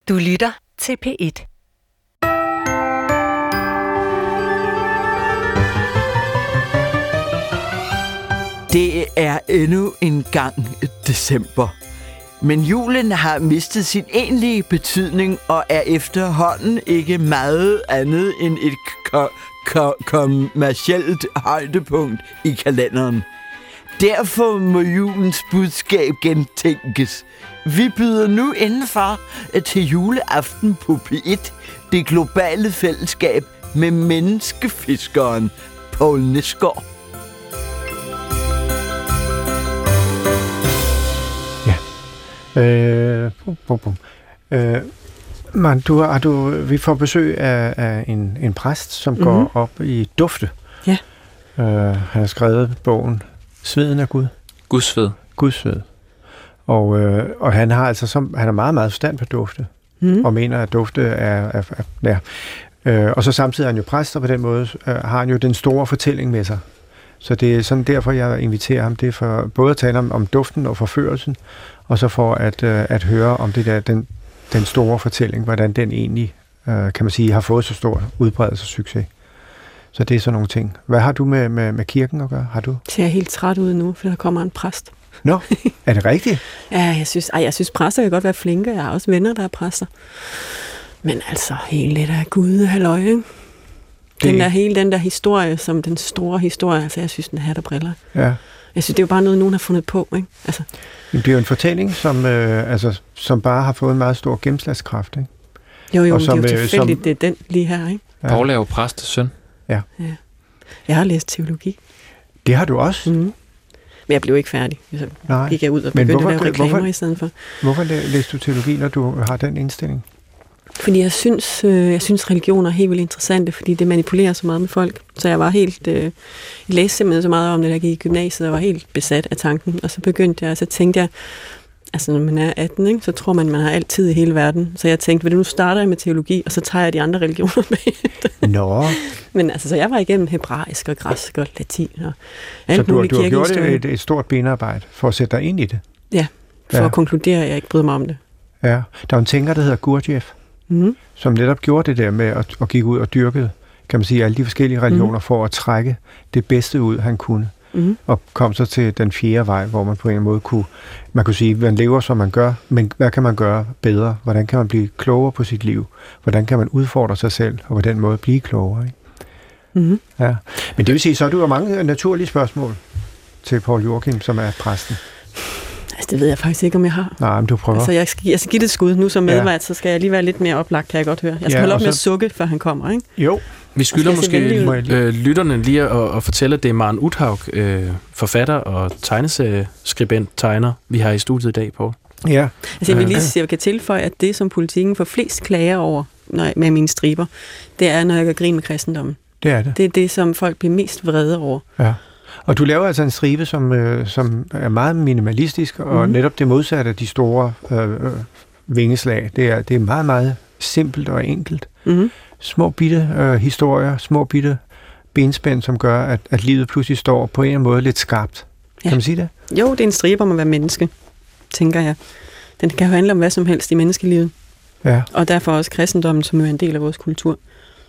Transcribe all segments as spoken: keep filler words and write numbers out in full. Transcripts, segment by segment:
Du lytter til P et. Det er endnu en gang december. Men julen har mistet sin egentlige betydning og er efterhånden ikke meget andet end et ko- ko- kommercielt højdepunkt i kalenderen. Derfor må julens budskab gentænkes. Vi byder nu indenfor til juleaften på P et, det globale fællesskab med menneskefiskeren Poul Nesgaard. Ja. Øh, bum, bum, bum. Øh, man, du, har du, vi får besøg af, af en, en præst, som mm-hmm. går op i Dufte. Ja. Øh, han har skrevet bogen Sveden af Gud. Guds sved. Guds sved. Og, øh, og han har altså som, han er meget, meget forstand på dufte, mm. og mener, at dufte er... er, er ja. øh, og så samtidig er han jo præst, og på den måde øh, har han jo den store fortælling med sig. Så det er sådan derfor, jeg inviterer ham. Det er for både at tale om, om duften og forførelsen, og så for at, øh, at høre om det der, den, den store fortælling, hvordan den egentlig, øh, kan man sige, har fået så stor udbredelse og succes. Så det er sådan nogle ting. Hvad har du med, med, med kirken at gøre? Har du? Så jeg er helt træt ud nu, for der kommer en præst. Nå, er det rigtigt? Ja, jeg synes, ej, jeg synes præster kan godt være flinke. Jeg har også venner, der er præster. Men altså, hele det der Gud, halløj, ikke? Den Det- der, hele den der historie, som den store historie, altså jeg synes, den her der briller. Ja. Jeg synes, det er jo bare noget, nogen har fundet på, ikke? Altså, Men det er jo en fortælling, som, øh, altså, som bare har fået en meget stor gennemslagskraft, ikke? jo, jo, Og men som, det er jo øh, tilfældigt, som- det er den lige her, ikke? Ja. Poul er jo præstets søn. Ja. Jeg har læst teologi, Det har du også? mm. men jeg blev ikke færdig. Så Nej. gik jeg ud og Men begyndte hvorfor- at lave reklamer hvorfor- i stedet for. Hvorfor læ- læste du teologi, når du har den indstilling? Fordi jeg synes, øh, jeg synes religioner er helt vildt interessante, fordi det manipulerer så meget med folk. Så jeg var helt, øh, jeg læste simpelthen så meget om det, der gik i gymnasiet, og var helt besat af tanken. Og så begyndte jeg, og så tænkte jeg, altså når man er atten, ikke, så tror man, man har altid i hele verden. Så jeg tænkte, ved du, nu starter jeg med teologi, og så tager jeg de andre religioner med. Nå, Men altså, så jeg var igennem hebraisk og græsk og latin og alt så du, muligt du har gjort kirkehistorie. et, et stort benarbejde for at sætte dig ind i det. Ja, for Ja. at konkludere, at jeg ikke bryder mig om det. Ja. Der er en tænker, der hedder Gurdjieff, Mm. som netop gjorde det der med at, at gik ud og dyrkede, kan man sige, alle de forskellige religioner, mm. for at trække det bedste ud, han kunne. Mm. Og kom så til den fjerde vej, hvor man på en eller anden måde kunne, man kunne sige, man lever, som man gør, men hvad kan man gøre bedre? Hvordan kan man blive klogere på sit liv? Hvordan kan man udfordre sig selv, og på den måde blive klogere? Ikke? Mm. Ja. Men det vil sige, så har du jo mange naturlige spørgsmål til Poul Joachim, som er præsten. Altså, det ved jeg faktisk ikke, om jeg har. Nej, men du prøver. Altså, jeg skal, jeg skal give det et skud nu som Ja. medvært, så skal jeg lige være lidt mere oplagt, kan jeg godt høre. Jeg skal Ja, holde op og med at så- sukke, før han kommer, ikke? Jo. Vi skylder Og skal jeg se måske venlig ud? øh, lytterne lige at, at fortælle, at det er Maren Uthaug, øh, forfatter og tegneserieskribent, tegner, vi har i studiet i dag, Poul. Ja. Altså, jeg vil lige Ja. sige, jeg kan tilføje, at det, som Politikken får flest klager over når jeg, med mine striber, det er, når jeg gør grin med kristendommen. Det er det. Det er det, som folk bliver mest vrede over. Ja. Og du laver altså en stribe, som, øh, som er meget minimalistisk, og Mhm. netop det modsatte af de store øh, øh, vingeslag. Det er, det er meget, meget simpelt og enkelt. Mm. Små bitte øh, historier, små bitte benspænd, som gør, at, at livet pludselig står på en eller anden måde lidt skarpt. Ja. Kan man sige det? Jo, det er en stribe om at være menneske, tænker jeg. Den kan jo handle om hvad som helst i menneskelivet. Ja. Og derfor også kristendommen, som jo er en del af vores kultur.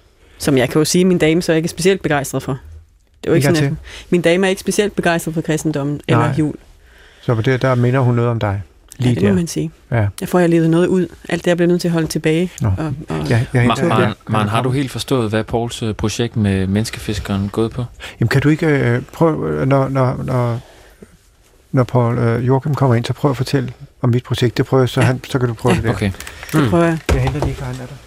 Som jeg kan jo sige, at min dame så er ikke specielt begejstret for. Det er jo ikke En gang sådan, at min dame er ikke specielt begejstret for kristendommen eller Nej. jul. Så på det, der minder hun noget om dig. Lige Ja, det der. må man sige. Ja. Jeg får jeg levet noget ud. Alt det, jeg bliver nødt til at holde tilbage. Nå. Og, og, Ja, jeg Maren, Maren, ja. Maren, har du helt forstået, hvad Pouls øh, projekt med menneskefiskeren er gået på? Jamen kan du ikke øh, prøve, når, når, når, når Poul øh, Joachim kommer ind, så prøv at fortælle om mit projekt. Det prøver jeg, så, Ja. han, så kan du prøve Ja. det der. Okay. det Mm. prøver jeg. Jeg henter lige, Karen, er der.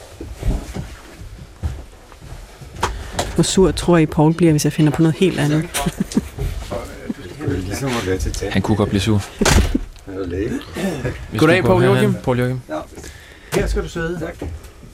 Hvor sur tror I, Poul bliver, hvis jeg finder på noget helt andet? Ligesom at være til tand. Han kunne godt blive sur. Han er læge. Hvis Goddag, du går Poul herhen. Joachim. Poul Joachim. Her skal du sidde. Tak.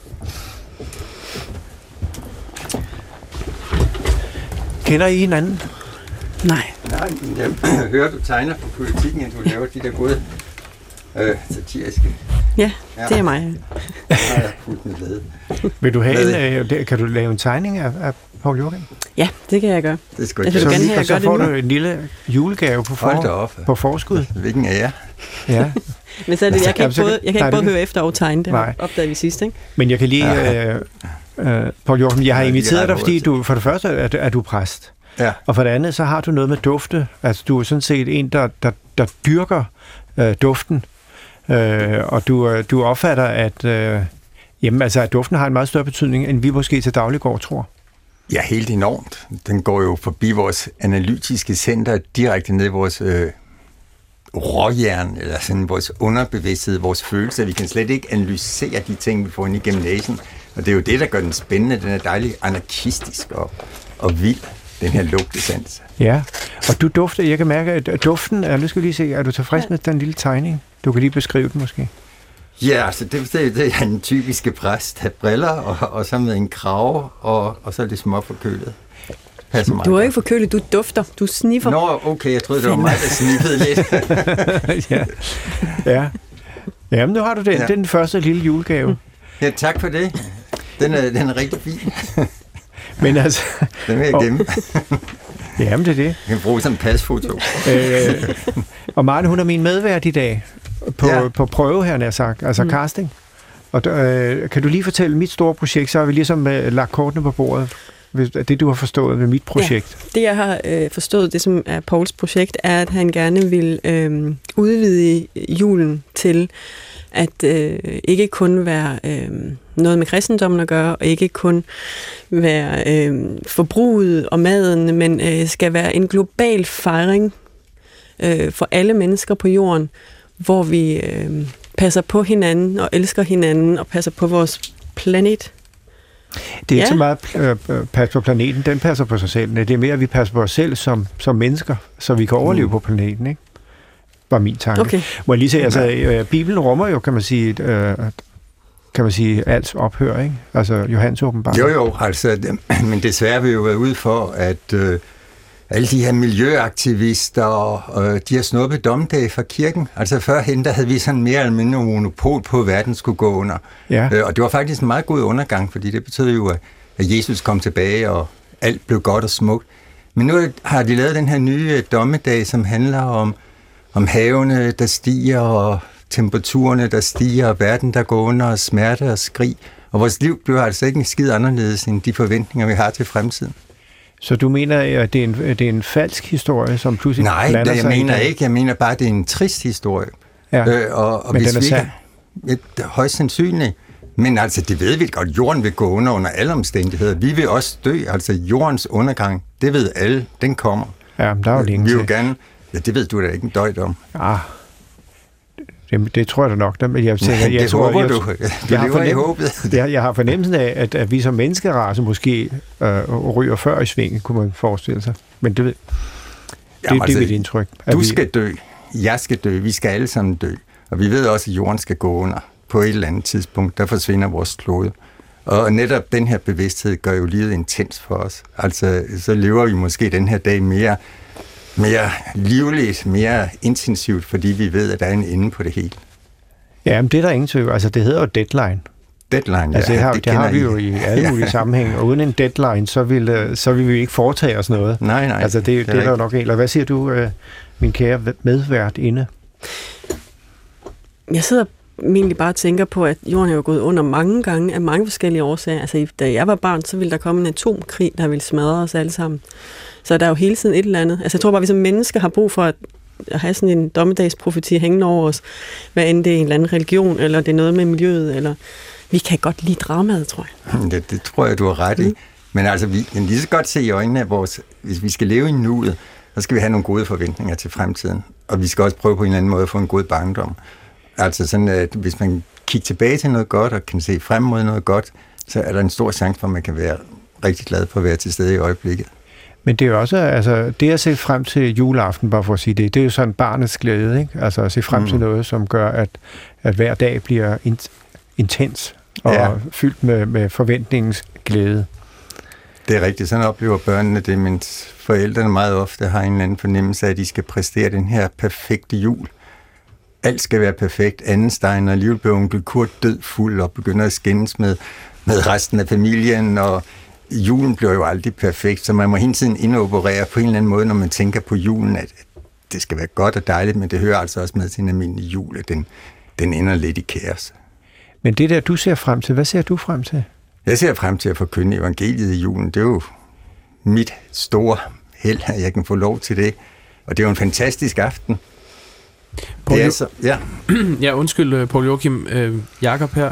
Kender I hinanden? Nej. Nej, men jeg hører, du tegner på Politikken, at du laver de der gode øh, satiriske. Ja, det er mig. Jeg har fuldt med glæde. Vil du have Hvad en, øh, kan du lave en tegning af, af Poul Joachim? Ja, det kan jeg gøre. Det skal Jeg ikke vil Så, gerne lige- have, og at så jeg gør får det du nu. en lille julegave på, Hold da for, op. på forskud. Hvilken af jer? Ja. Men så er det, jeg kan ikke både, jeg kan nej, ikke både det... høre efter og tegne, det nej. opdagede vi sidst, ikke? Men jeg kan lige... Øh, øh, Poul Joachim, jeg har ja, inviteret dig, fordi du for det første er, er du præst. Ja. Og for det andet, så har du noget med dufte. Altså, du er sådan set en, der, der, der dyrker øh, duften. Øh, og du, du opfatter, at, øh, jamen, altså, at duften har en meget større betydning, end vi måske til daglig går tror. Ja, helt enormt. Den går jo forbi vores analytiske center, direkte ned i vores øh, råjern, eller sådan vores underbevidsthed, vores følelser. Vi kan slet ikke analysere de ting, vi får ind igennem næsen. Og det er jo det, der gør den spændende. Den er dejligt anarkistisk og, og vild, den her lugtesans. Ja, og du dufter, jeg kan mærke, at duften, er, nu skal vi lige se, er du tilfreds ja. med den lille tegning? Du kan lige beskrive den måske. Ja, altså det, det, det er en typiske præst. Have briller, og, og så med en krave, og, og så er det småforkølet. Du er ikke forkølet, du dufter, du sniffer. Nå, okay, jeg troede, det var mig, der sniffede lidt. ja. ja. Jamen, nu har du den. Ja. Det er den første lille julegave. Ja, tak for det. Den er, den er rigtig fin. Men altså... Den vil jeg gemme. Jamen, det er det. Jeg kan bruge som en pasfoto. øh, og Maren, hun er min medvært i dag. På, ja. på prøve her, nær sagt. Altså mm. casting. Og øh, kan du lige fortælle mit store projekt, så har vi ligesom øh, lagt kortene på bordet. Det, du har forstået ved mit projekt. Ja, det, jeg har øh, forstået, det som er Pauls projekt, er, at han gerne vil øh, udvide julen til at øh, ikke kun være øh, noget med kristendommen at gøre, og ikke kun være øh, forbruget og maden, men øh, skal være en global fejring øh, for alle mennesker på jorden, hvor vi øh, passer på hinanden og elsker hinanden og passer på vores planet. Det er ikke ja. så meget øh, passe på planeten, den passer på sig selv. Det er mere, at vi passer på os selv som, som mennesker, så vi kan overleve mm. på planeten, ikke? Var min tanke. Okay. Må jeg lige sige, altså, øh, Bibelen rummer jo, kan man sige, øh, kan man sige, alt ophør, ikke? Altså, Johannes åbenbaring. Jo, jo, altså, det, men desværre har vi jo været ude for, at øh, alle de her miljøaktivister, øh, de har snuppet dommedag fra kirken. Altså, førhen, der havde vi sådan mere eller mindre monopol på, at verden skulle gå under. Ja. Øh, og det var faktisk en meget god undergang, fordi det betød jo, at Jesus kom tilbage, og alt blev godt og smukt. Men nu har de lavet den her nye dommedag, som handler om om havene, der stiger, og temperaturerne, der stiger, og verden, der går under, og smerte og skrig. Og vores liv bliver altså ikke en skid anderledes end de forventninger, vi har til fremtiden. Så du mener, at det er en, det er en falsk historie, som pludselig Nej, blander det, sig jeg mener i ikke. Jeg mener bare, at det er en trist historie. Ja, øh, og, og men hvis den er vi sand. Ikke, ja, højst sandsynligt. Men altså, det ved vi godt. Jorden vil gå under under alle omstændigheder. Vi vil også dø. Altså, jordens undergang, det ved alle. Den kommer. Ja, men der er jo længe Vi til. vil gerne... Ja, det ved du da ikke en døjt om. Ah, det, det tror jeg da nok. Men jeg tænker, ja, det jeg tror, håber jeg, du. Du jeg lever har i håbet. Jeg, jeg har fornemmelsen af, at, at vi som menneskerace måske øh, ryger før i svingen, kunne man forestille sig. Men det, det, Jamen, det, det er mit indtryk. Du vi, skal dø. Jeg skal dø. Vi skal alle sammen dø. Og vi ved også, at jorden skal gå under. På et eller andet tidspunkt, der forsvinder vores klode. Og netop den her bevidsthed gør jo livet intens for os. Altså, så lever vi måske den her dag mere mere livligt, mere intensivt, fordi vi ved, at der er en ende på det hele. Ja, men det er der ingen tvivl. Altså, det hedder jo deadline. Deadline, ja. Altså, det har, det det har vi I. jo i alle mulige sammenhænge, og uden en deadline, så vil, så vil vi ikke foretage os noget. Nej, nej. Altså, det, det, det er der jo nok en. Eller hvad siger du, min kære medvært inde? Jeg sidder egentlig bare og tænker på, at jorden er jo gået under mange gange af mange forskellige årsager. Altså, da jeg var barn, så ville der komme en atomkrig, der ville smadre os alle sammen. Så der er jo hele tiden et eller andet. Altså, jeg tror bare, at vi som mennesker har brug for at have sådan en dommedagsprofeti hængende over os. Hvad end det er en eller anden religion, eller det er noget med miljøet, eller vi kan godt lide dramaet, tror jeg. Det, det tror jeg, du har ret i. Mm. Men altså, vi kan lige så godt se i øjnene, at vores, hvis vi skal leve i nuet, så skal vi have nogle gode forventninger til fremtiden. Og vi skal også prøve på en eller anden måde at få en god barndom. Altså sådan, at hvis man kigger tilbage til noget godt, og kan se frem mod noget godt, så er der en stor chance for, at man kan være rigtig glad for at være til stede i øjeblikket. Men det er jo også, altså, det at se frem til juleaften, bare for at sige det, det er jo sådan barnets glæde, ikke? Altså at se frem mm. til noget, som gør, at, at hver dag bliver in, intens og ja. fyldt med, med forventningens glæde. Det er rigtigt, sådan oplever børnene det, mens forældrene meget ofte har en eller anden fornemmelse af, at de skal præstere den her perfekte jul. Alt skal være perfekt. Andenstein og alligevel blev onkel Kurt død fuld og begynder at skændes med, med resten af familien, og julen bliver jo aldrig perfekt, så man må hele tiden indoperere på en eller anden måde, når man tænker på julen, at det skal være godt og dejligt, men det hører altså også med til en almindelig jul, at den, den ender lidt i kaos. Men det der, du ser frem til, hvad ser du frem til? Jeg ser frem til at forkynde evangeliet i julen. Det er jo mit store held, at jeg kan få lov til det. Og det er jo en fantastisk aften. Paul, det er så, ja. ja, undskyld, Poul Joachim. Øh, Jakob her.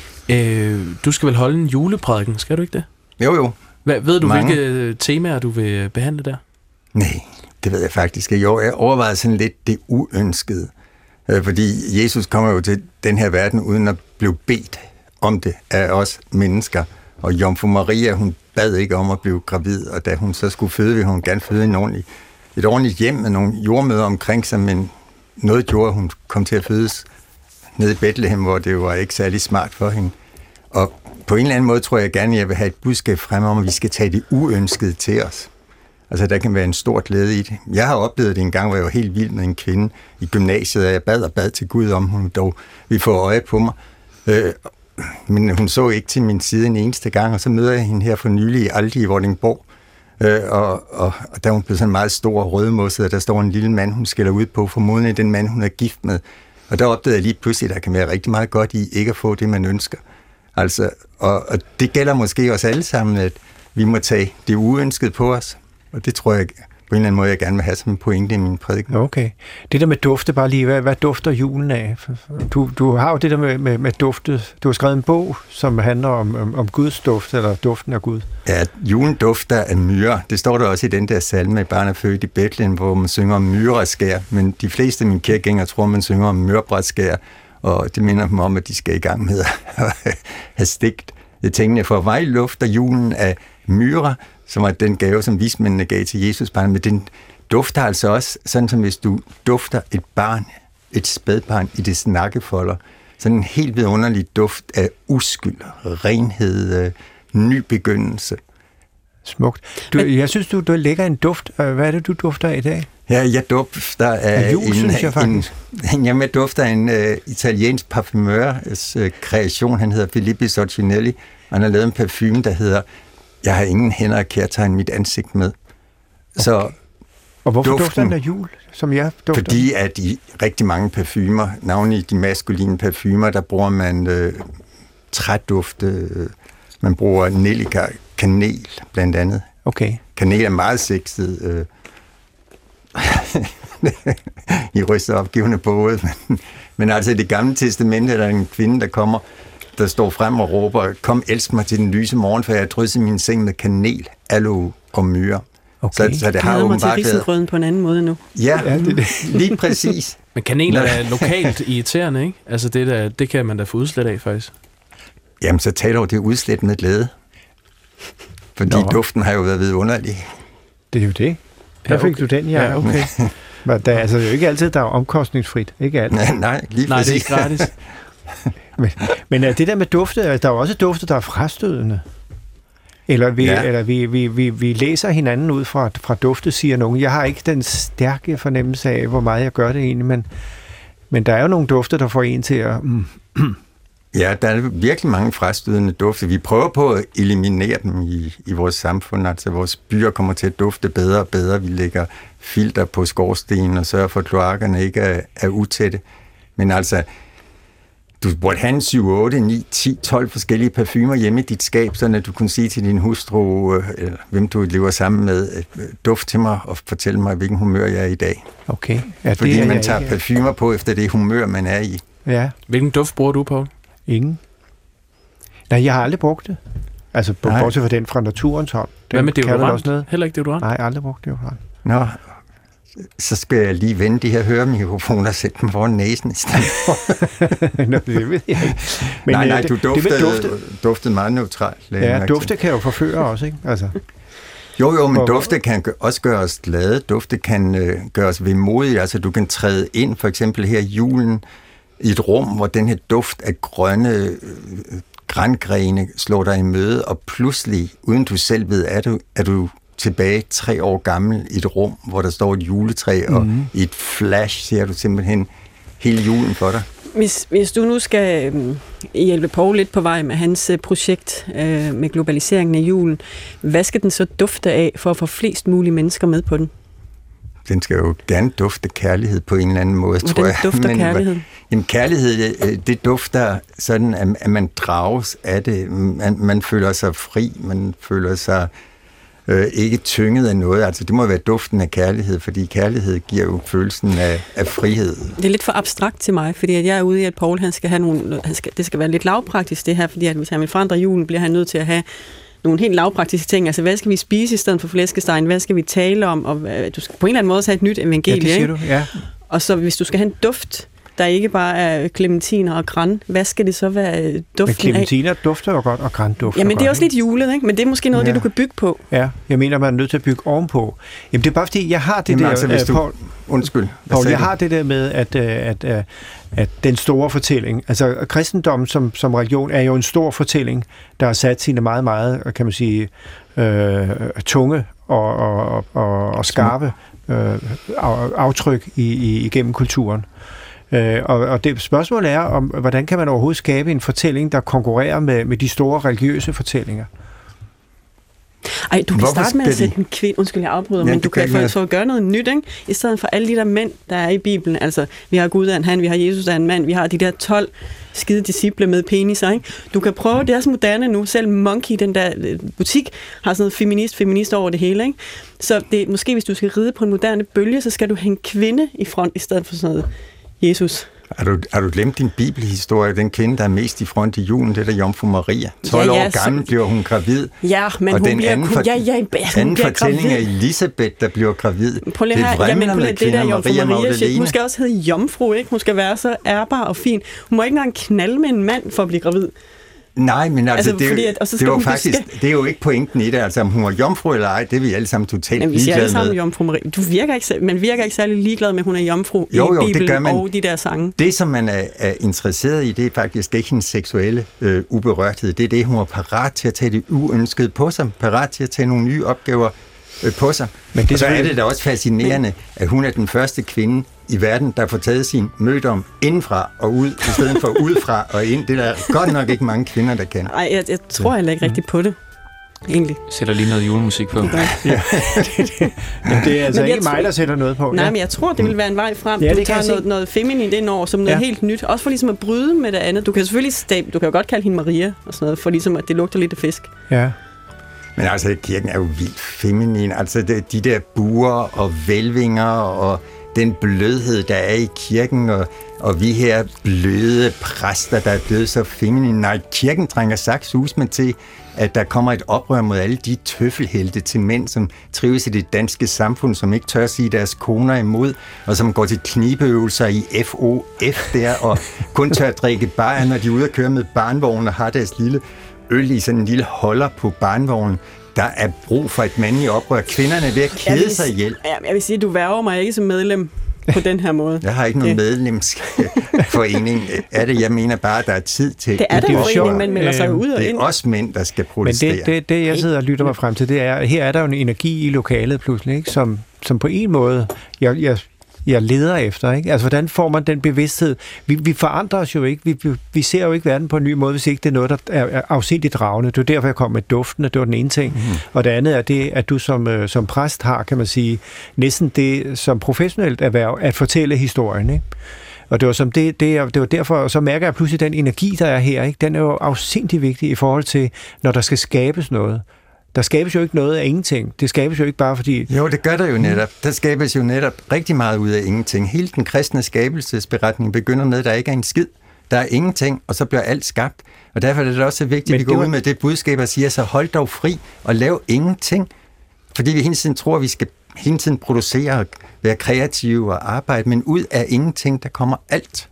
Øh, du skal vel holde en juleprædiken, skal du ikke det? Jo, jo. Hvad, ved du, Mange. hvilke temaer du vil behandle der? Nej, det ved jeg faktisk ikke. Jo, jeg overvejede sådan lidt det uønskede. Øh, fordi Jesus kommer jo til den her verden uden at blive bedt om det af os mennesker. Og Jomfru Maria, hun bad ikke om at blive gravid, og da hun så skulle føde, ville hun gerne føde en ordentlig, et ordentligt hjem med nogle jordmøder omkring sig, men noget gjorde, at hun kom til at fødes nede i Bethlehem, hvor det var ikke særlig smart for hende. Og på en eller anden måde tror jeg gerne, at jeg vil have et budskab frem om, at vi skal tage det uønskede til os. Altså, der kan være en stor glæde i det. Jeg har oplevet det en gang, hvor jeg var helt vild med en kvinde i gymnasiet, og jeg bad og bad til Gud om, hun dog ville få øje på mig. Øh, men hun så ikke til min side en eneste gang, og så møder jeg hende her for nylig i Aldi i Vordingborg. Øh, og, og, og der er hun blevet sådan meget stor og rødmosset, og der står en lille mand, hun skælder ud på, formodentlig den mand, hun er gift med. Og der opdagede jeg lige pludselig, at der kan være rigtig meget godt i ikke at få det, man ønsker. Altså, og, og det gælder måske os alle sammen, at vi må tage det uønskede på os. Og det tror jeg på en eller anden måde, jeg gerne vil have som en pointe i min prædiken. Okay. Det der med dufte, bare lige, hvad, hvad dufter julen af? Du, du har jo det der med, med, med duftet. Du har skrevet en bog, som handler om, om, om Guds duft, eller duften af Gud. Ja, julen dufter af myrer. Det står der også i den der salme, barn er født i Bethlehem, hvor man synger om myreskær. Men de fleste af mine kirkegængere tror, man synger om myrbrætskær. Og det minder dem om, at de skal i gang med at have stigt tingene. For mig lufter julen af myrer, som er den gave, som vismændene gav til Jesus barn, men den dufter altså også, sådan som hvis du dufter et barn, et spædbarn i det snakkefolder. Sådan en helt vidunderlig duft af uskyld, renhed, øh, ny begyndelse. Smukt. Du, jeg synes, du, du lægger en duft. Hvad er det, du dufter af i dag? Ja, jeg dufter af, af jul, en, synes jeg faktisk. En, jamen, jeg dufter af en uh, italiensk parfumørs uh, kreation. Han hedder Filippo Soccinelli. Han har lavet en parfume, der hedder Jeg har ingen hænder at kærtegne mit ansigt med. Okay. Så og hvorfor duften, dufter den af jul, som jeg dufter? Fordi at i rigtig mange parfumer, navnlig de maskuline parfumer, der bruger man øh, trædufte, øh, man bruger nellika, kanel blandt andet. Okay. Kanel er meget sexet. Øh. I ryster opgivende på hovedet. Men, men altså i Det Gamle Testamente er der en kvinde, der kommer, der står frem og råber, kom elsk mig til den lyse morgen, for jeg har drysset min seng med kanel, aloe og myre. Okay. Så, så det har jo mig til risengrøden på en anden måde nu. Ja, ja det, det. Lige præcis. Men kanel er lokalt irriterende, ikke? Altså det, der, det kan man da få udslæt af, faktisk. Jamen, så taler du det udslæt med glæde. Fordi Nå. duften har jo været vidunderlig. Det er jo det. Der fik ja, okay. du den, ja. ja okay. Men der, altså, det er jo ikke altid, der er omkostningsfrit. Ikke alt. Nej, nej, lige nej, præcis. det er ikke gratis. men, men det der med dufte, der er jo også dufte, der er frastødende. Eller, vi, ja. eller vi, vi, vi, vi læser hinanden ud fra, fra dufte, siger nogen. Jeg har ikke den stærke fornemmelse af, hvor meget jeg gør det egentlig, men, men der er jo nogle dufte, der får en til at... Mm, ja, der er virkelig mange frastødende dufte. Vi prøver på at eliminere dem i, i vores samfund. Altså, vores byer kommer til at dufte bedre og bedre. Vi lægger filter på skorstenen og sørger for, at kloakkerne ikke er, er utætte. Men altså, du burde have en syv, otte, ni, ti, tolv forskellige parfumer hjemme i dit skab, så du kunne sige til din hustru, eller hvem du lever sammen med, duft til mig og fortæl mig, hvilken humør jeg er i dag. Okay. Ja, fordi det man tager ikke. parfumer på efter det humør, man er i. Ja. Hvilken duft bruger du på? Ingen. Nej, jeg har aldrig brugt det. Altså, bortset fra den fra naturens hånd. Den hvad med deodorant? Heller ikke deodorant? Nej, aldrig brugt deodorant. Nå, så skal jeg lige vende de her høremikrofoner og sætte dem foran næsen i stedet for. Nå, det ved jeg ikke. Men, nej, nej, du duftede, dufte. duftede meget neutralt. Ja, dufte kan jo forføre også, ikke? Altså. Jo, jo, men og, dufte kan også gøre os glade. Dufte kan øh, gøre os vemodige. Altså, du kan træde ind, for eksempel her i julen, i et rum, hvor den her duft af grønne øh, grangrene slår dig i møde, og pludselig, uden du selv ved, er du, er du tilbage tre år gammel i et rum, hvor der står et juletræ, mm-hmm. og i et flash ser du simpelthen hele julen for dig. Hvis, hvis du nu skal øh, hjælpe Poul lidt på vej med hans øh, projekt øh, med globaliseringen af julen, hvad skal den så dufte af for at få flest mulige mennesker med på den? den skal jo gerne dufte kærlighed på en eller anden måde, Hvordan tror jeg. dufter Men, kærlighed? Jamen, kærlighed, det dufter sådan, at, at man drages af det. Man, man føler sig fri, man føler sig øh, ikke tynget af noget. Altså, det må være duften af kærlighed, fordi kærlighed giver jo følelsen af, af frihed. Det er lidt for abstrakt til mig, fordi at jeg er ude i, at Paul han skal have nogle, han skal, det skal være lidt lavpraktisk det her, fordi at hvis han vil forandre julen, bliver han nødt til at have nogle helt lavpraktiske ting. Altså, hvad skal vi spise i stedet for flæskestegen? Hvad skal vi tale om? Og du skal på en eller anden måde have et nyt evangelie. Ja, det siger du, ja. Og så hvis du skal have en duft, der ikke bare er clementiner og gran, hvad skal det så være duften af? Men clementiner dufter jo godt, og gran dufter Jamen, det er godt, også lidt julet, ikke? Men det er måske noget af ja. det, du kan bygge på. Ja, jeg mener, man er nødt til at bygge ovenpå. Jamen, det er bare fordi, jeg har det Jamen, der... altså, hvis du... Paul, Undskyld. Paul, jeg har det der med, at, at, at, at den store fortælling, altså kristendommen som, som religion, er jo en stor fortælling, der har sat sine meget, meget, kan man sige, øh, tunge og, og, og, og skarpe øh, aftryk i, i, igennem kulturen. Øh, og, og det spørgsmål er, om hvordan kan man overhovedet skabe en fortælling, der konkurrerer med, med de store religiøse fortællinger? Ej, du kan Hvorfor starte med at skal de- sætte en kvinde, undskyld, jeg afbryder, Ja, men du du kan kan ikke få, mere. få gøre noget nyt, ikke? I stedet for alle de der mænd, der er i Bibelen. Altså, vi har Gud, der er en han, vi har Jesus, der er en mand, vi har de der tolv skide disciple med peniser, ikke? Du kan prøve, det er så moderne nu, selv Monkey, den der øh, butik, har sådan noget feminist, feminist over det hele, ikke? Så det, måske hvis du skal ride på en moderne bølge, så skal du have en kvinde i front, i stedet for sådan noget Jesus. Har du, har du glemt din bibelhistorie? Den kvinde, der er mest i front i julen, det er der Jomfru Maria. tolv Ja, ja, år gammel så- bliver hun gravid. Ja, men og hun den bliver, anden, hun, for, ja, ja, hun anden bliver fortælling gravid. er Elisabeth, der bliver gravid. Prøv lige det her, jamen, vrimler prøv lige, med det der kvinder, Jomfru Maria Maria shit. Hun Magdalene. skal også hedde jomfru, ikke? Hun skal være så ærbar og fin. Hun må ikke engang knalde med en mand for at blive gravid. Nej, men altså, Altså, det, er fordi jo- at- og så det, skal er jo hun faktisk, beske- det er jo ikke pointen i det. Altså, om hun var jomfru eller ej, det er vi alle sammen totalt Men vi siger alle ligeglade sammen med. jomfru Maria. Du virker ikke, man virker ikke særlig ligeglad med, at hun er jomfru Jo, i jo, det Bibelen gør man. og de der sange. Det, som man er, er interesseret i, det er faktisk ikke hendes seksuelle øh, uberørthed. Det er det, hun er parat til at tage det uønskede på sig, parat til at tage nogle nye opgaver øh, på sig. Men det er Og så er selvfølgelig- det da også fascinerende, at hun er den første kvinde i verden, der får taget sin mødom indenfra og ud, i stedet for udefra og ind. Det er der godt nok ikke mange kvinder, der kan. Nej, jeg, jeg tror heller ikke rigtigt på det. Egentlig. Sætter lige noget julemusik på. Det gør jeg. Ja, det er altså Men jeg ikke mig, tror- der sætter noget på. Nej, ja. men jeg tror, det vil være en vej frem. Ja, Du det kan tager jeg se. noget, noget feminint ind over, som noget Ja. helt nyt. Også for ligesom at bryde med det andet. Du kan selvfølgelig stab, du kan jo godt kalde hende Maria og sådan noget, for ligesom at det lugter lidt af fisk. Ja. Men altså, kirken er jo vildt feminin. Altså, det, de der buer og hvælvinger og den blødhed, der er i kirken, og, og vi her bløde præster, der er blevet så feminine. Nej, kirken trænger sakssusme til, at der kommer et oprør mod alle de tøffelhelte til mænd, som trives i det danske samfund, som ikke tør sige deres koner imod, og som går til knibeøvelser i F O F der, og kun tør drikke bajer, når de er ude at køre med barnvognen og har deres lille øl i sådan en lille holder på barnvognen. Der er brug for et mandligt oprør. Kvinderne er ved at Jeg kede vil- sig ihjel. Ja, jeg vil sige, at du værger mig ikke som medlem på den her måde. Jeg har ikke nogen Det- medlemsforening af det. Jeg mener bare, at der er tid til... Det er det der er jo forening, sjovt. man melder sig Øh, ud og Det ind. er også mænd, der skal Men protestere. det, det, det, jeg sidder og lytter mig frem til, det er, at her er der jo en energi i lokalet pludselig, ikke? Som, som på en måde, jeg, jeg, jeg leder efter. Ikke? Altså, hvordan får man den bevidsthed? Vi, vi forandrer os jo ikke. Vi, vi, vi ser jo ikke verden på en ny måde, hvis ikke det er noget, der er, er afsindigt dragende. Det er derfor, jeg kom med duften, det var den ene ting. Mm. Og det andet er det, at du som, øh, som præst har, kan man sige, næsten det som professionelt erhverv, at fortælle historien, ikke? Og det var, som det, det, er- det var derfor, og så mærker jeg pludselig, den energi, der er her, ikke? Den er jo afsindigt vigtig i forhold til, når der skal skabes noget. Der skabes jo ikke noget af ingenting. Det skabes jo ikke bare fordi... Jo, det gør der jo netop. Der skabes jo netop rigtig meget ud af ingenting. Hele den kristne skabelsesberetning begynder med, at der ikke er en skid. Der er ingenting, og så bliver alt skabt. Og derfor er det også så vigtigt, Men at vi det går var- ud med det budskab og siger, så hold dog fri og lav ingenting. Fordi vi hele tiden tror, at vi skal hele tiden producere og være kreative og arbejde, men ud af ingenting, der kommer alt.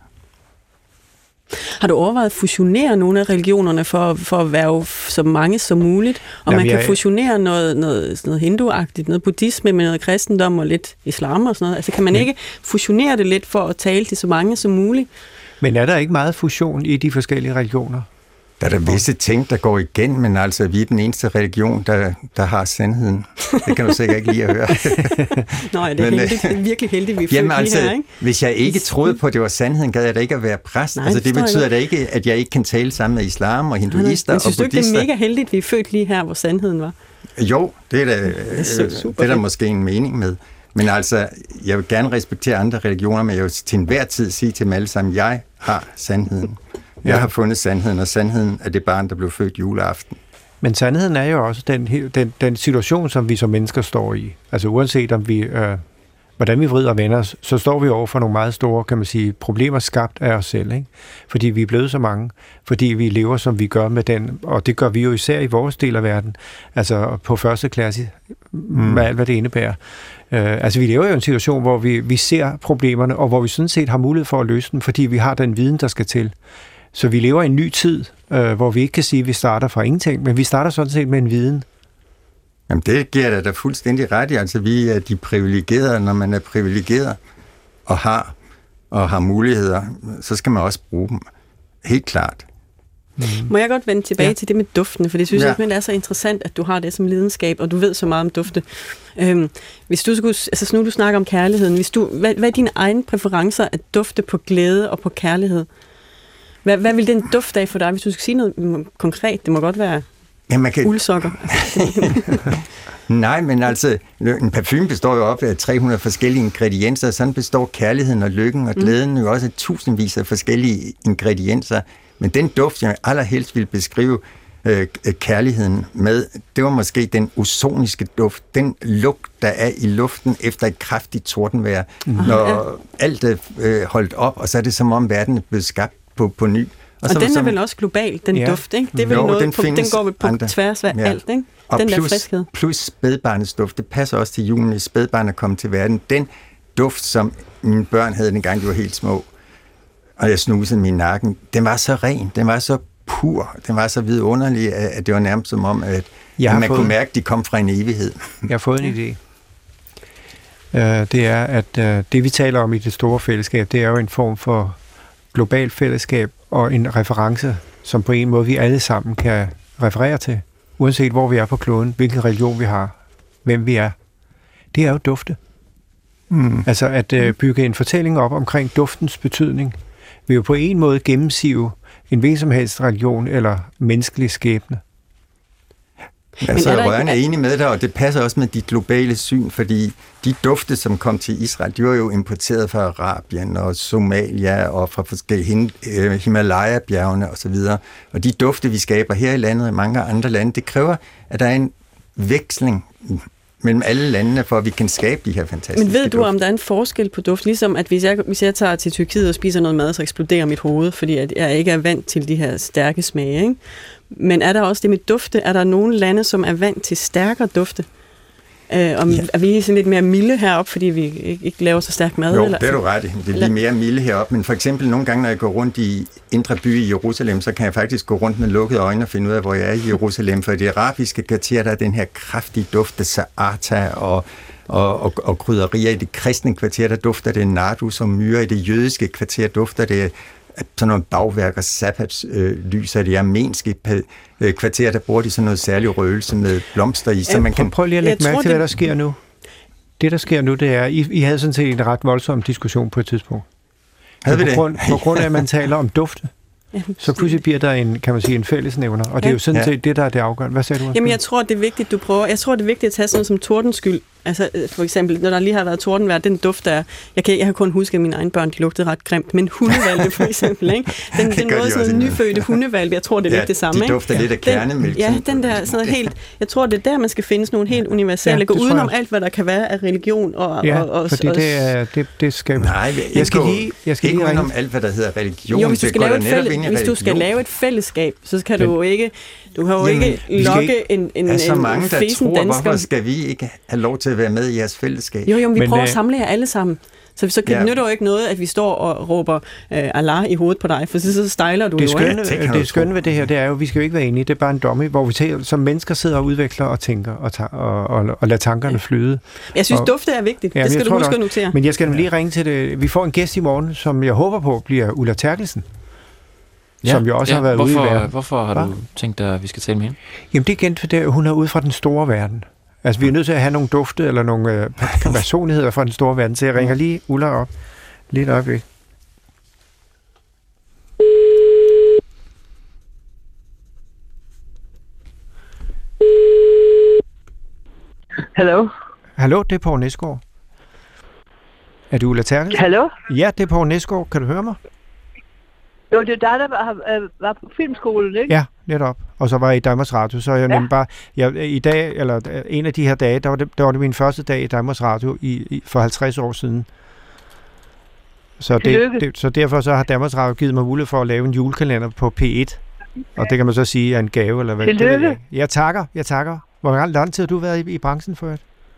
Har du overvejet at fusionere nogle af religionerne for, for at være så mange som muligt? Og Jamen, man kan jeg- fusionere noget, noget, sådan noget hinduagtigt, noget buddhisme med noget kristendom og lidt islam og sådan noget. Altså kan man ikke fusionere det lidt for at tale til så mange som muligt? Men er der ikke meget fusion i de forskellige religioner? Der er der visse ting, der går igen, men altså, vi er den eneste religion, der, der har sandheden. Det kan du sikkert ikke lide at høre. Nå, ja, det er, Men, heldigt, det er virkelig heldigt, vi er Jamen født altså, lige her, ikke? hvis jeg ikke troede på, at det var sandheden, gad jeg da ikke at være præst. Nej, altså, det det forstår betyder jeg da ikke, at jeg ikke kan tale sammen med islam og hinduister Men og synes du ikke, det buddhister. er mega heldigt, at vi er født lige her, hvor sandheden var? Jo, det er, da, er så øh, super det er der fedt. måske en mening med. Men altså, jeg vil gerne respektere andre religioner, men jeg vil til enhver tid sige til dem alle sammen, jeg har sandheden. Jeg har fundet sandheden, og sandheden er det barn, der blev født juleaften. Men sandheden er jo også den, den, den situation, som vi som mennesker står i. Altså uanset om vi, øh, hvordan vi vrider og vender os, så står vi over for nogle meget store, kan man sige, problemer skabt af os selv. Ikke? Fordi vi er blevet så mange, fordi vi lever, som vi gør med den, og det gør vi jo især i vores del af verden, altså på første klasse, mm. med alt, hvad det indebærer. Øh, altså vi lever jo i en situation, hvor vi, vi ser problemerne, og hvor vi sådan set har mulighed for at løse dem, fordi vi har den viden, der skal til. Så vi lever i en ny tid, øh, hvor vi ikke kan sige, at vi starter fra ingenting, men vi starter sådan set med en viden. Jamen det giver dig da fuldstændig ret i. Altså vi er de privilegerede, når man er privilegeret og har, og har muligheder, så skal man også bruge dem. Helt klart. Mm. Må jeg godt vende tilbage ja. til det med duftene, for det synes ja. jeg, det er så interessant, at du har det som lidenskab, og du ved så meget om dufte. Øhm, hvis du skulle, altså nu du snakker om kærligheden, hvis du, hvad, hvad er dine egne præferencer at dufte på glæde og på kærlighed? Hvad, hvad vil den duft af for dig, hvis du skal sige noget konkret? Det må godt være ja, man kan... uldsokker. Nej, men altså, en parfume består jo op af tre hundrede forskellige ingredienser, og sådan består kærligheden og lykken og glæden mm. jo også af tusindvis af forskellige ingredienser. Men den duft, jeg allerhelst vil beskrive øh, kærligheden med, det var måske den ozoniske duft, den lugt, der er i luften efter et kraftigt tordenvejr, mm. når ja. alt er øh, holdt op, og så er det som om verden er blevet skabt på, på ny. Og, og den er som, vel også global, den ja. duft, ikke? Det er vel jo, noget, den, på, den går vel på andre. tværs af ja. alt, ikke? Og den plus, der friskhed. Plus spædbarnets duft, det passer også til julen, at spædbarn er kommet til verden. Den duft, som mine børn havde, dengang de var helt små, og jeg snusede min nakken, den var så ren, den var så pur, den var så vidunderlig, at det var nærmest som om, at, at man fået, kunne mærke, at de kom fra en evighed. Jeg har fået en idé. Uh, det er, at uh, det vi taler om i det store fællesskab, det er jo en form for globalt fællesskab og en reference, som på en måde vi alle sammen kan referere til, uanset hvor vi er på kloden, hvilken religion vi har, hvem vi er. Det er jo dufte. Mm. Altså at uh, bygge en fortælling op omkring duftens betydning, vil jo på en måde gennemsive en hvilken som helst religion eller menneskelig skæbne. Altså, jeg er rørende enig med dig, og det passer også med dit globale syn, fordi de dufte, som kom til Israel, de var jo importeret fra Arabien og Somalia og fra forskellige Himalaya-bjergene osv. Og de dufte, vi skaber her i landet og i mange andre lande, det kræver, at der er en veksling mellem alle landene, for at vi kan skabe de her fantastiske Men ved du, duft. om der er en forskel på duft? Ligesom at hvis jeg, hvis jeg tager til Tyrkiet og spiser noget mad, så eksploderer mit hoved, fordi at jeg ikke er vant til de her stærke smage, ikke? Men er der også det med dufte? Er der nogle lande, som er vant til stærkere dufte? Øh, om, ja. Er vi sådan lidt mere milde heroppe, fordi vi ikke, ikke laver så stærk mad? Jo, eller? det er du ret i. Det er lige mere milde heroppe. Men for eksempel nogle gange, når jeg går rundt i indre by i Jerusalem, så kan jeg faktisk gå rundt med lukkede øjne og finde ud af, hvor jeg er i Jerusalem. For i det arabiske kvarter, der er den her kraftige duft af saata og, og, og, og krydderier. I det kristne kvarter, der dufter det nardus og myre. I det jødiske kvarter dufter det sådan noget bagværk og sabbatslys af det armenske kvarter, der bruger de sådan noget særlig røgelse med blomster i, så man kan... Prøv lige at lægge mærke til, hvad der sker nu. Det, der sker nu, det er, I, I havde sådan set en ret voldsom diskussion på et tidspunkt. Havde vi på det? Grund, på grund af, at man taler om dufte. Ja, så pludselig bliver der en, kan man sige, en fællesnævner, og det er jo sådan set ja. det, der er det afgørende. Hvad sagde du? Jamen, jeg tror, det er vigtigt, du prøver. Jeg tror, det er vigtigt at tage sådan noget som tordenskyld. Altså, for eksempel, når der lige har været tordenvejr, den duft der, jeg kan, jeg har kun husket, at mine egne børn, de lugtede ret grimt, men hundevalpe for eksempel, ikke? Den, den måde sådan noget nyfødte hundevalpe, jeg tror, det er ja, lidt det samme, de ikke? dufter lidt af kernemælk. Ja, den der sådan noget helt, jeg tror, det er der, man skal finde sådan nogle helt universelle, ja, gå udenom alt, hvad der kan være af religion og... Ja, og, og, fordi og, det, er, det, det skal... Nej, jeg skal lige... Jeg skal ikke lige udenom alt, hvad der hedder religion. Jo, hvis du skal, lave et, fælles, hvis du skal lave et fællesskab, så skal du jo ikke... Du kan jo Jamen, ikke lokke en, en, er så mange, en der fesen tror, dansker. Hvorfor skal vi ikke have lov til at være med i jeres fællesskab? Jo, jo, men vi men, prøver øh, at samle jer alle sammen. Så, så kan ja. det nytte jo ikke noget, at vi står og råber øh, Allah i hovedet på dig, for så, så stejler du det jo. Skønne, det det skønne ved det her, det er jo, vi skal jo ikke være enige, det er bare en dummy, hvor vi tager, som mennesker sidder og udvikler og tænker og, ta- og, og, og lader tankerne ja. flyde. Jeg synes, og, dufte er vigtigt. Ja, det skal du huske at notere. Men jeg skal lige ringe til det. Vi får en gæst i morgen, som jeg håber på bliver Ulla Terkelsen. Ja, som jo også ja, har været hvorfor, ude i verden. Hvorfor har Hva? du tænkt dig, at vi skal tale med hende? Jamen det er igen, fordi hun er ude fra den store verden. Altså vi er nødt til at have nogle dufte eller nogle øh, personligheder fra den store verden, så jeg ringer lige Ulla op. Lidt øjeblik. Hallo? Hallo, det er Poul Nesgaard. Er det Ulla Terkelsen? Hallo? Ja, det er Poul Nesgaard. Kan du høre mig? Jo, det er dig, der var, var på filmskolen, ikke? Ja, netop. Og så var jeg i Danmarks Radio, så jeg ja. nemlig bare... Jeg, I dag, eller en af de her dage, der var det, der var det min første dag i Danmarks Radio i, i, for halvtreds år siden. Så, det, det, så derfor så har Danmarks Radio givet mig mulighed for at lave en julekalender på P et. Og det kan man så sige er en gave, eller hvad? Tillykke. Det jeg. jeg takker, jeg takker. Hvor lang tid har du været i, i branchen for?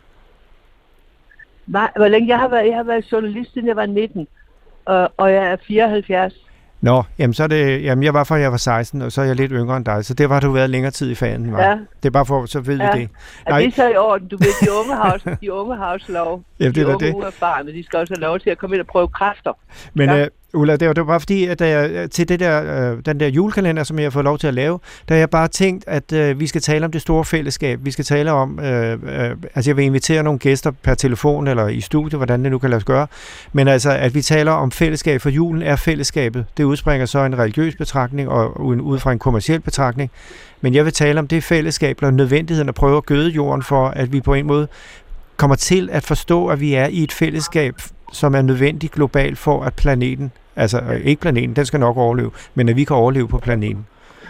Nej, hvor længe jeg har været, jeg har været journalist, siden jeg var nitten, og, og jeg er fireoghalvfjerds. Nå, jamen så er det, jamen jeg var fra jeg var seksten, og så er jeg lidt yngre end dig, så det var du været længere tid i fanen, var. Ja. Det er bare for, så ved ja. vi det. Nej. Er det så i orden? Du ved, de unge har også, de unge har også lov. Ja, det de unge det. uerfarne, de skal også have lov til at komme ind og prøve kræfter. Men ja. uh, Ulla, det var, det var bare fordi, at jeg, til det der, uh, den der julekalender, som jeg har fået lov til at lave, der har jeg bare tænkt, at uh, vi skal tale om det store fællesskab. Vi skal tale om, uh, uh, altså jeg vil invitere nogle gæster per telefon eller i studiet, hvordan det nu kan lade sig gøre. Men altså, at vi taler om fællesskab, for julen er fællesskabet. Det udspringer så en religiøs betragtning og ud fra en kommerciel betragtning. Men jeg vil tale om det fællesskab og nødvendigheden at prøve at gøde jorden for, at vi på en måde kommer til at forstå, at vi er i et fællesskab, som er nødvendigt globalt for, at planeten, altså ikke planeten, den skal nok overleve, men at vi kan overleve på planeten.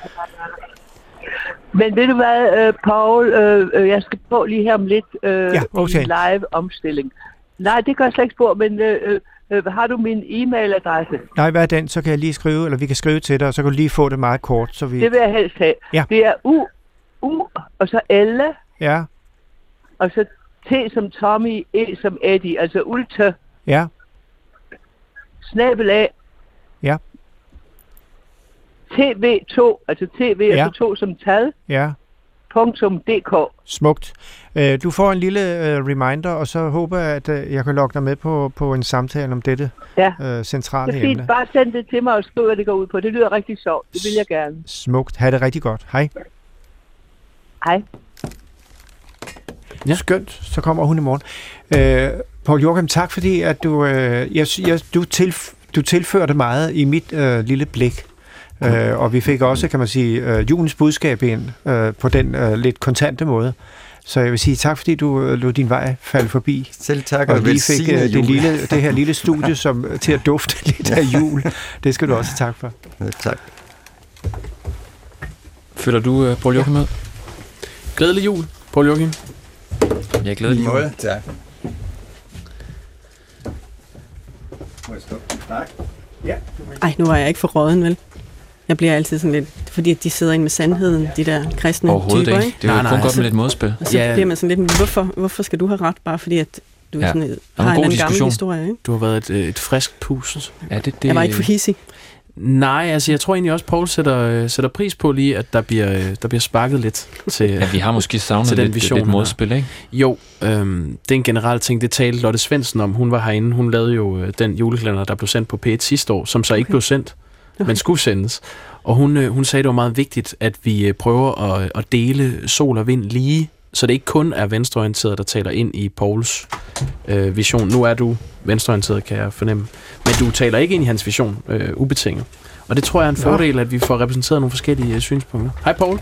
Men ved du hvad, uh, Poul, uh, jeg skal på lige her om lidt uh, ja, okay. en live omstilling. Nej, det gør jeg slet ikke på, men uh, uh, har du min e-mailadresse? Nej, hvad er den? Så kan jeg lige skrive, eller vi kan skrive til dig, og så kan du lige få det meget kort. Så vi... Det vil jeg helst have. Ja. Det er U, U, og så Elle, ja. og så T som Tommy, E som Eddie, altså Ulte. Ja. Snabelag. Ja. T V to, altså T V ja. altså to som tal. Ja. Punktum dk. Smukt. Du får en lille uh, reminder, og så håber jeg, at uh, jeg kan lokke dig med på, på en samtale om dette ja. uh, centrale emne. Det er fint. Emne. Bare send det til mig og skriv, hvad det går ud på. Det lyder rigtig sjovt. Det vil jeg gerne. Smukt. Ha' det rigtig godt. Hej. Hej. Ja. Skønt. Så kommer hun i morgen. Uh, Poul Joachim, tak fordi, at du, uh, jeg, jeg, du, tilf- du tilførte meget i mit uh, lille blik. Uh, og vi fik også, kan man sige, uh, julens budskab ind uh, på den uh, lidt kontante måde. Så jeg vil sige tak, fordi du uh, lod din vej falde forbi. Selv tak, og, og lige fik uh, det, lille, det her lille studie som, til at dufte lidt af jul. Det skal du også tak for. Ja, tak. Føler du, uh, Poul Joachim, med? Glædelig jul, Poul Joachim. Jeg er glædelig jul. Tak. Ja. Ej, nu var jeg ikke for råden, vel? Jeg bliver altid sådan lidt, fordi de sidder inde med sandheden, de der kristne overhovedet typer, ikke. ikke? Det er jo nej, kun nej, godt med lidt modspil. Og så ja. bliver man sådan lidt, hvorfor, hvorfor skal du have ret, bare fordi at du ja. sådan, har en, en eller anden diskussion. gammel historie, ikke? Du har været et, et frisk pus. Ja, det, det... Jeg var ikke for hissig. Nej, altså jeg tror egentlig også, Poul sætter, sætter pris på lige, at der bliver, der bliver sparket lidt til ja, vi har måske savnet lidt, vision, lidt modspil, ikke? Jo, øhm, det er en generel ting, det talte Lotte Svendsen om. Hun var herinde, hun lavede jo øh, den julekalender, der blev sendt på P et sidste år, som så ikke okay. blev sendt, okay. men skulle sendes. Og hun, øh, hun sagde, det var meget vigtigt, at vi øh, prøver at, at dele sol og vind lige, så det ikke kun er venstreorienteret, der taler ind i Pouls øh, vision. Nu er du venstreorienteret, kan jeg fornemme. Men du taler ikke ind i hans vision, øh, ubetinget. Og det tror jeg er en fordel, at vi får repræsenteret nogle forskellige øh, synspunkter. Hej Poul.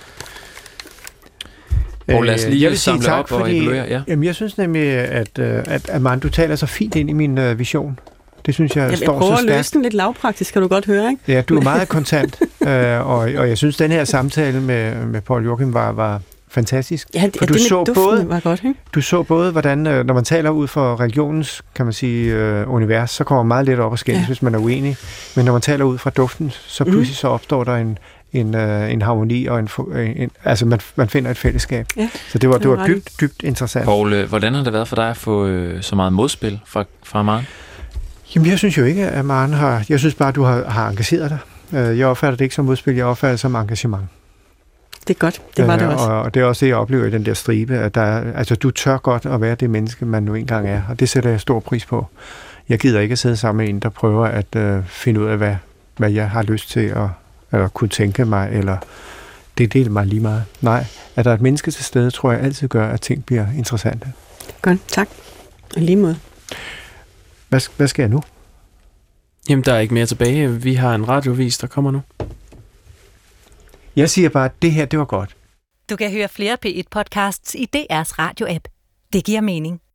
Poul, lad os lige jeg vil samle sige tak, op og fordi, evaluere. Ja. Jamen, jeg synes nemlig, at, at, at man, du taler så fint ind i min uh, vision. Det synes jeg, jeg står så stærkt. Jeg prøver at løse den lidt lavpraktisk, kan du godt høre, ikke? Ja, du er meget kontant, øh, og, og jeg synes, den her samtale med, med Poul Joachim var, var fantastisk. Ja, det, for du det så både, var godt, ikke? Du så både, hvordan, når man taler ud for religionens, kan man sige, øh, univers, så kommer man meget lidt op og skændes, ja. hvis man er uenig. Men når man taler ud fra duften, så pludselig mm. så opstår der en, en, øh, en harmoni, og en, en, altså man, man finder et fællesskab. Ja. Så det var, det var dybt, dybt interessant. Poul, hvordan har det været for dig at få øh, så meget modspil fra, fra Maren? Jamen, jeg synes jo ikke, at Maren har... Jeg synes bare, at du har, har engageret dig. Jeg opfatter det ikke som modspil, jeg opfatter det som engagement. Det er godt, det var det også. Og, og det er også det, jeg oplever i den der stribe, at der, altså, du tør godt at være det menneske, man nu engang er, og det sætter jeg stor pris på. Jeg gider ikke at sidde sammen med en, der prøver at øh, finde ud af, hvad, hvad jeg har lyst til at eller kunne tænke mig, eller det deler mig lige meget. Nej, at der er et menneske til stede, tror jeg altid gør, at ting bliver interessante. Godt, tak. Og lige måde. Hvad, hvad skal jeg nu? Jamen, der er ikke mere tilbage. Vi har en radiovis, der kommer nu. Jeg siger bare, at det her, det var godt. Du kan høre flere P et podcasts i D R's radio-app. Det giver mening.